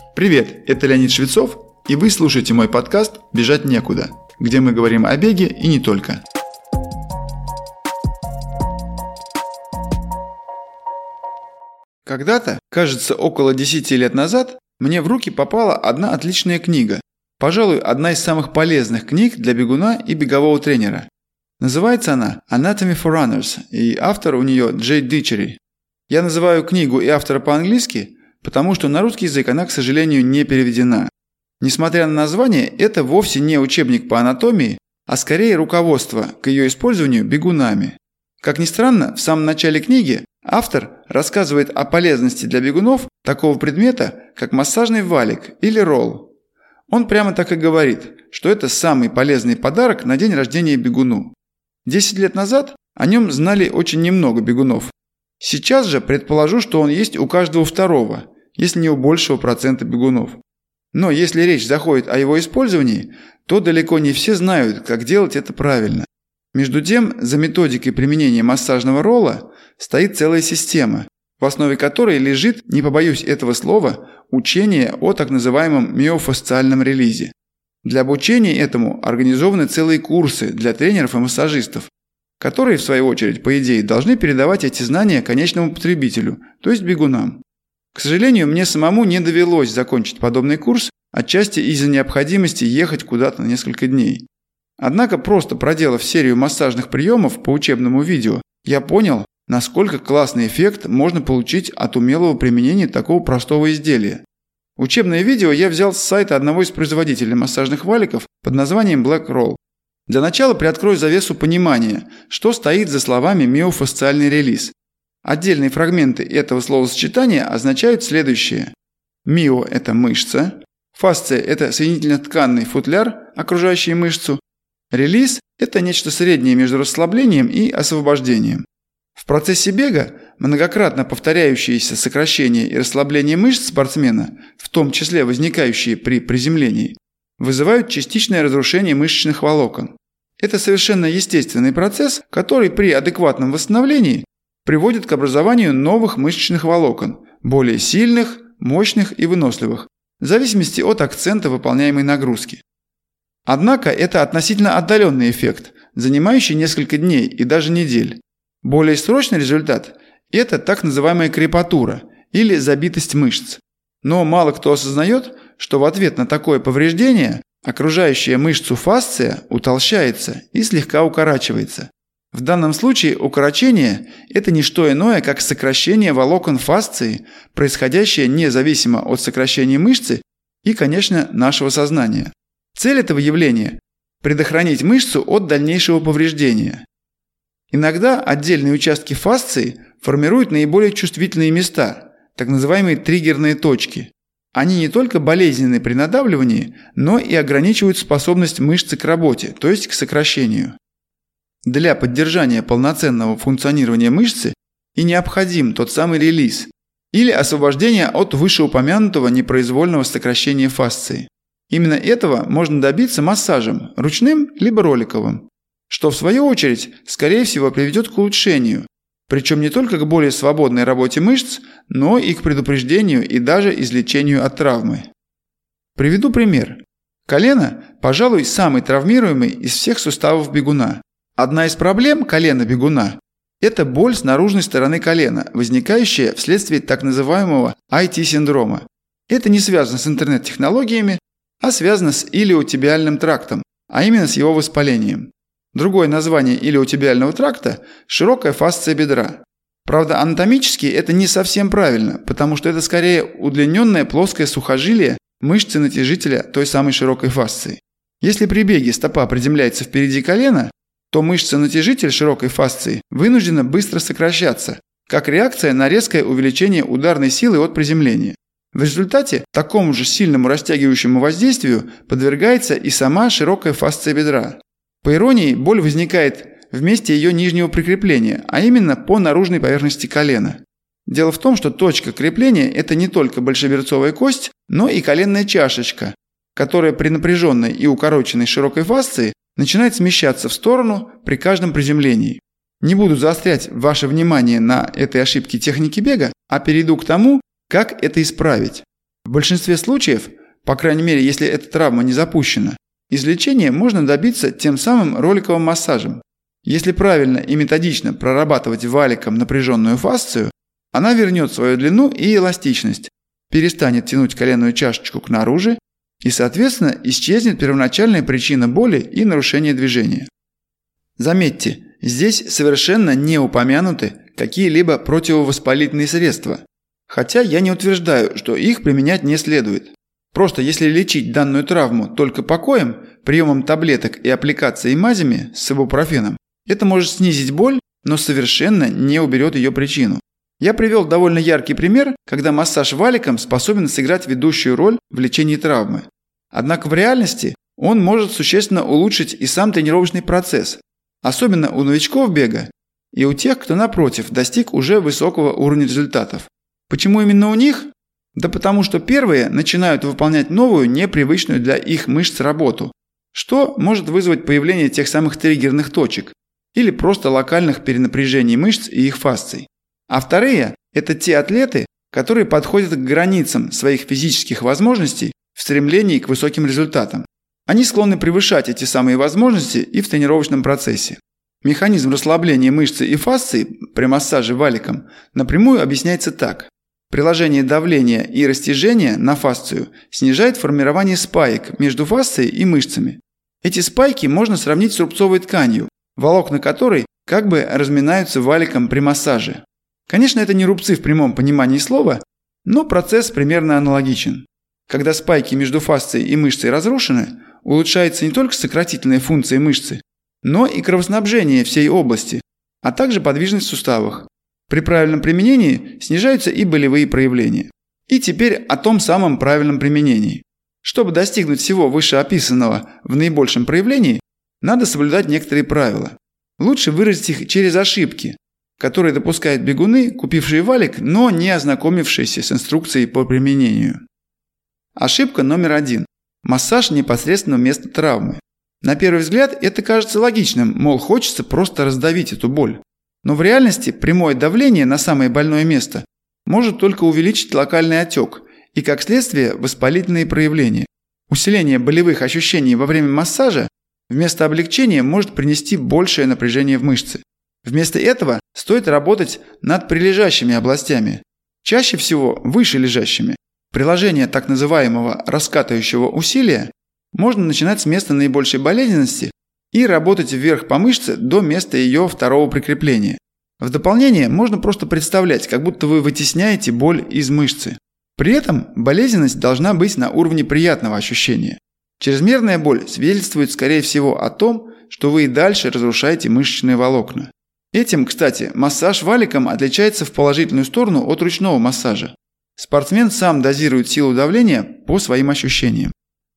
Привет, это Леонид Швецов, и вы слушаете мой подкаст «Бежать некуда», где мы говорим о беге и не только. Когда-то, кажется, около 10 лет назад, мне в руки попала одна отличная книга, пожалуй, одна из самых полезных книг для бегуна и бегового тренера. Называется она «Anatomy for Runners», и автор у нее Джей Дичери. Я называю книгу и автора по-английски, потому что на русский язык она, к сожалению, не переведена. Несмотря на название, это вовсе не учебник по анатомии, а скорее руководство к ее использованию бегунами. Как ни странно, в самом начале книги автор рассказывает о полезности для бегунов такого предмета, как массажный валик или ролл. Он прямо так и говорит, что это самый полезный подарок на день рождения бегуну. 10 лет назад о нем знали очень немного бегунов. Сейчас же предположу, что он есть у каждого второго, если не у большего процента бегунов. Но если речь заходит о его использовании, то далеко не все знают, как делать это правильно. Между тем, за методикой применения массажного ролла стоит целая система, в основе которой лежит, не побоюсь этого слова, учение о так называемом миофасциальном релизе. Для обучения этому организованы целые курсы для тренеров и массажистов, которые, в свою очередь, по идее, должны передавать эти знания конечному потребителю, то есть бегунам. К сожалению, мне самому не довелось закончить подобный курс, отчасти из-за необходимости ехать куда-то на несколько дней. Однако, просто проделав серию массажных приемов по учебному видео, я понял, насколько классный эффект можно получить от умелого применения такого простого изделия. Учебное видео я взял с сайта одного из производителей массажных валиков под названием Black Roll. Для начала приоткрою завесу понимания, что стоит за словами миофасциальный релиз. Отдельные фрагменты этого словосочетания означают следующее. Мио – это мышца, фасция – это соединительно-тканный футляр, окружающий мышцу, релиз – это нечто среднее между расслаблением и освобождением. В процессе бега многократно повторяющиеся сокращения и расслабление мышц спортсмена, в том числе возникающие при приземлении, вызывают частичное разрушение мышечных волокон. Это совершенно естественный процесс, который при адекватном восстановлении приводит к образованию новых мышечных волокон, более сильных, мощных и выносливых, в зависимости от акцента выполняемой нагрузки. Однако это относительно отдаленный эффект, занимающий несколько дней и даже недель. Более срочный результат – это так называемая крепатура или забитость мышц. Но мало кто осознает, что в ответ на такое повреждение окружающая мышцу фасция утолщается и слегка укорачивается. В данном случае укорочение – это не что иное, как сокращение волокон фасции, происходящее независимо от сокращения мышцы и, конечно, нашего сознания. Цель этого явления – предохранить мышцу от дальнейшего повреждения. Иногда отдельные участки фасции формируют наиболее чувствительные места, так называемые триггерные точки. Они не только болезненны при надавливании, но и ограничивают способность мышцы к работе, то есть к сокращению. Для поддержания полноценного функционирования мышцы и необходим тот самый релиз или освобождение от вышеупомянутого непроизвольного сокращения фасции. Именно этого можно добиться массажем, ручным либо роликовым, что в свою очередь, скорее всего, приведет к улучшению, причем не только к более свободной работе мышц, но и к предупреждению и даже излечению от травмы. Приведу пример. Колено, пожалуй, самый травмируемый из всех суставов бегуна. Одна из проблем колена бегуна – это боль с наружной стороны колена, возникающая вследствие так называемого IT-синдрома. Это не связано с интернет-технологиями, а связано с илиотибиальным трактом, а именно с его воспалением. Другое название илиотибиального тракта – широкая фасция бедра. Правда, анатомически это не совсем правильно, потому что это скорее удлиненное плоское сухожилие мышцы натяжителя той самой широкой фасции. Если при беге стопа приземляется впереди колена, то мышца-натяжитель широкой фасции вынуждена быстро сокращаться, как реакция на резкое увеличение ударной силы от приземления. В результате такому же сильному растягивающему воздействию подвергается и сама широкая фасция бедра. По иронии, боль возникает в месте ее нижнего прикрепления, а именно по наружной поверхности колена. Дело в том, что точка крепления – это не только большеберцовая кость, но и коленная чашечка, которая при напряженной и укороченной широкой фасции начинает смещаться в сторону при каждом приземлении. Не буду заострять ваше внимание на этой ошибке техники бега, а перейду к тому, как это исправить. В большинстве случаев, по крайней мере, если эта травма не запущена, излечения можно добиться тем самым роликовым массажем. Если правильно и методично прорабатывать валиком напряженную фасцию, она вернет свою длину и эластичность, перестанет тянуть коленную чашечку к наружу и, соответственно, исчезнет первоначальная причина боли и нарушения движения. Заметьте, здесь совершенно не упомянуты какие-либо противовоспалительные средства, хотя я не утверждаю, что их применять не следует. Просто если лечить данную травму только покоем, приемом таблеток и аппликацией мазями с ибупрофеном, это может снизить боль, но совершенно не уберет ее причину. Я привел довольно яркий пример, когда массаж валиком способен сыграть ведущую роль в лечении травмы. Однако в реальности он может существенно улучшить и сам тренировочный процесс, особенно у новичков бега и у тех, кто, напротив, достиг уже высокого уровня результатов. Почему именно у них? Да потому что первые начинают выполнять новую, непривычную для их мышц работу, что может вызвать появление тех самых триггерных точек или просто локальных перенапряжений мышц и их фасций. А вторые – это те атлеты, которые подходят к границам своих физических возможностей в стремлении к высоким результатам. Они склонны превышать эти самые возможности и в тренировочном процессе. Механизм расслабления мышцы и фасции при массаже валиком напрямую объясняется так. Приложение давления и растяжения на фасцию снижает формирование спаек между фасцией и мышцами. Эти спайки можно сравнить с рубцовой тканью, волокна которой как бы разминаются валиком при массаже. Конечно, это не рубцы в прямом понимании слова, но процесс примерно аналогичен. Когда спайки между фасцией и мышцей разрушены, улучшается не только сократительная функция мышцы, но и кровоснабжение всей области, а также подвижность в суставах. При правильном применении снижаются и болевые проявления. И теперь о том самом правильном применении. Чтобы достигнуть всего вышеописанного в наибольшем проявлении, надо соблюдать некоторые правила. Лучше выразить их через ошибки, которые допускают бегуны, купившие валик, но не ознакомившиеся с инструкцией по применению. Ошибка номер 1. Массаж непосредственно вместо травмы. На первый взгляд это кажется логичным, мол, хочется просто раздавить эту боль. Но в реальности прямое давление на самое больное место может только увеличить локальный отек и, как следствие, воспалительные проявления. Усиление болевых ощущений во время массажа вместо облегчения может принести большее напряжение в мышцы. Вместо этого стоит работать над прилежащими областями, чаще всего выше лежащими. Приложение так называемого раскатывающего усилия можно начинать с места наибольшей болезненности и работать вверх по мышце до места ее второго прикрепления. В дополнение можно просто представлять, как будто вы вытесняете боль из мышцы. При этом болезненность должна быть на уровне приятного ощущения. Чрезмерная боль свидетельствует, скорее всего, о том, что вы и дальше разрушаете мышечные волокна. Этим, кстати, массаж валиком отличается в положительную сторону от ручного массажа. Спортсмен сам дозирует силу давления по своим ощущениям.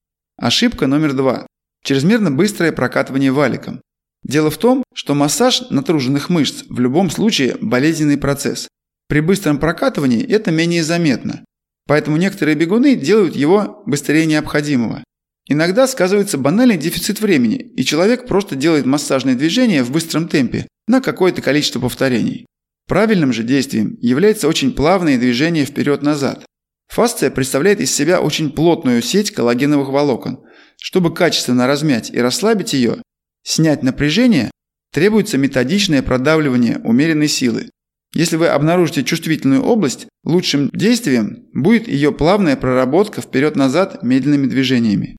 Ошибка номер 2. Чрезмерно быстрое прокатывание валиком. Дело в том, что массаж натруженных мышц в любом случае болезненный процесс. При быстром прокатывании это менее заметно. Поэтому некоторые бегуны делают его быстрее необходимого. Иногда сказывается банальный дефицит времени, и человек просто делает массажные движения в быстром темпе на какое-то количество повторений. Правильным же действием является очень плавное движение вперед-назад. Фасция представляет из себя очень плотную сеть коллагеновых волокон. Чтобы качественно размять и расслабить ее, снять напряжение, требуется методичное продавливание умеренной силы. Если вы обнаружите чувствительную область, лучшим действием будет ее плавная проработка вперед-назад медленными движениями.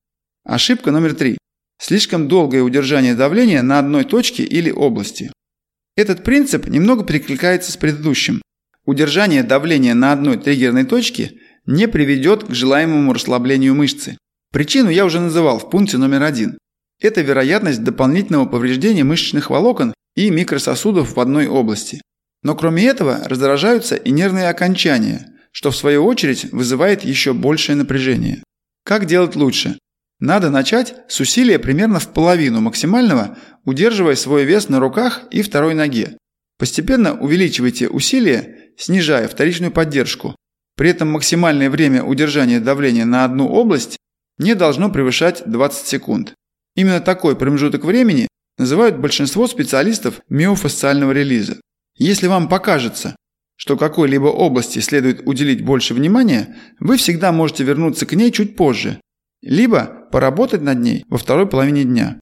Ошибка номер 3. Слишком долгое удержание давления на одной точке или области. Этот принцип немного перекликается с предыдущим. Удержание давления на одной триггерной точке не приведет к желаемому расслаблению мышцы. Причину я уже называл в пункте номер 1. Это вероятность дополнительного повреждения мышечных волокон и микрососудов в одной области. Но кроме этого раздражаются и нервные окончания, что в свою очередь вызывает еще большее напряжение. Как делать лучше? Надо начать с усилия примерно в половину максимального, удерживая свой вес на руках и второй ноге. Постепенно увеличивайте усилие, снижая вторичную поддержку. При этом максимальное время удержания давления на одну область не должно превышать 20 секунд. Именно такой промежуток времени называют большинство специалистов миофасциального релиза. Если вам покажется, что какой-либо области следует уделить больше внимания, вы всегда можете вернуться к ней чуть позже, либо поработать над ней во второй половине дня.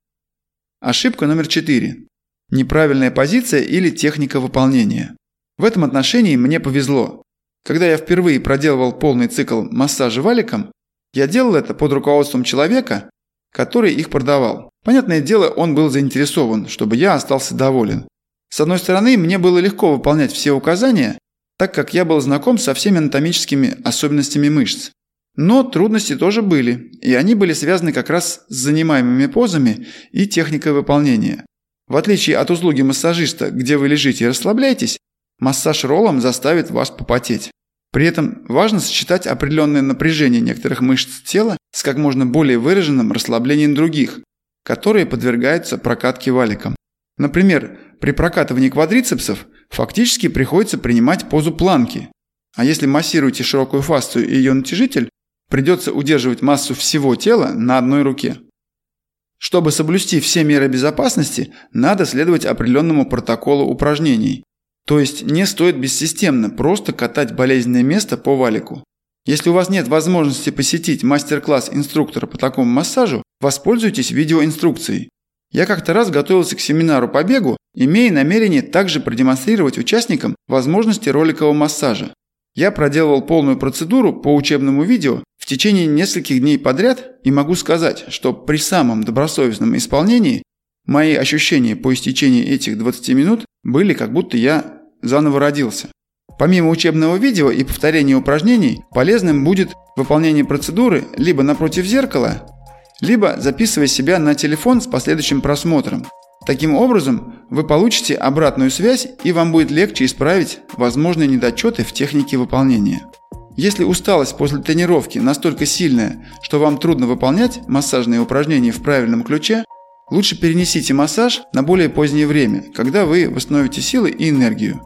Ошибка номер 4. Неправильная позиция или техника выполнения. В этом отношении мне повезло. Когда я впервые проделывал полный цикл массажа валиком, я делал это под руководством человека, который их продавал. Понятное дело, он был заинтересован, чтобы я остался доволен. С одной стороны, мне было легко выполнять все указания, так как я был знаком со всеми анатомическими особенностями мышц. Но трудности тоже были, и они были связаны как раз с занимаемыми позами и техникой выполнения. В отличие от услуги массажиста, где вы лежите и расслабляетесь, массаж роллом заставит вас попотеть. При этом важно сочетать определенное напряжение некоторых мышц тела с как можно более выраженным расслаблением других, которые подвергаются прокатке валиком. Например, при прокатывании квадрицепсов фактически приходится принимать позу планки, а если массируете широкую фасцию и ее натяжитель, придется удерживать массу всего тела на одной руке. Чтобы соблюсти все меры безопасности, надо следовать определенному протоколу упражнений. То есть не стоит бессистемно просто катать болезненное место по валику. Если у вас нет возможности посетить мастер-класс инструктора по такому массажу, воспользуйтесь видеоинструкцией. Я как-то раз готовился к семинару по бегу, имея намерение также продемонстрировать участникам возможности роликового массажа. Я проделывал полную процедуру по учебному видео в течение нескольких дней подряд и могу сказать, что при самом добросовестном исполнении мои ощущения по истечении этих 20 минут были, как будто я заново родился. Помимо учебного видео и повторения упражнений, полезным будет выполнение процедуры либо напротив зеркала, либо записывая себя на телефон с последующим просмотром. Таким образом, вы получите обратную связь, и вам будет легче исправить возможные недочеты в технике выполнения. Если усталость после тренировки настолько сильная, что вам трудно выполнять массажные упражнения в правильном ключе, лучше перенесите массаж на более позднее время, когда вы восстановите силы и энергию.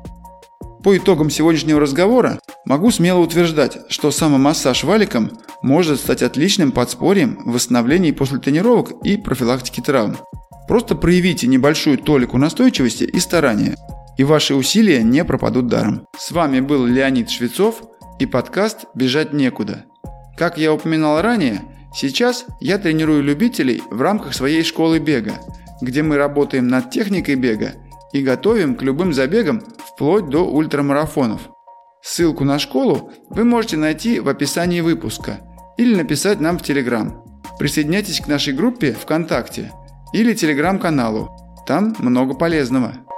По итогам сегодняшнего разговора могу смело утверждать, что самомассаж валиком может стать отличным подспорьем в восстановлении после тренировок и профилактике травм. Просто проявите небольшую толику настойчивости и старания, и ваши усилия не пропадут даром. С вами был Леонид Швецов и подкаст «Бежать некуда». Как я упоминал ранее, сейчас я тренирую любителей в рамках своей школы бега, где мы работаем над техникой бега и готовим к любым забегам вплоть до ультрамарафонов. Ссылку на школу вы можете найти в описании выпуска или написать нам в Telegram. Присоединяйтесь к нашей группе ВКонтакте или Telegram-каналу, там много полезного.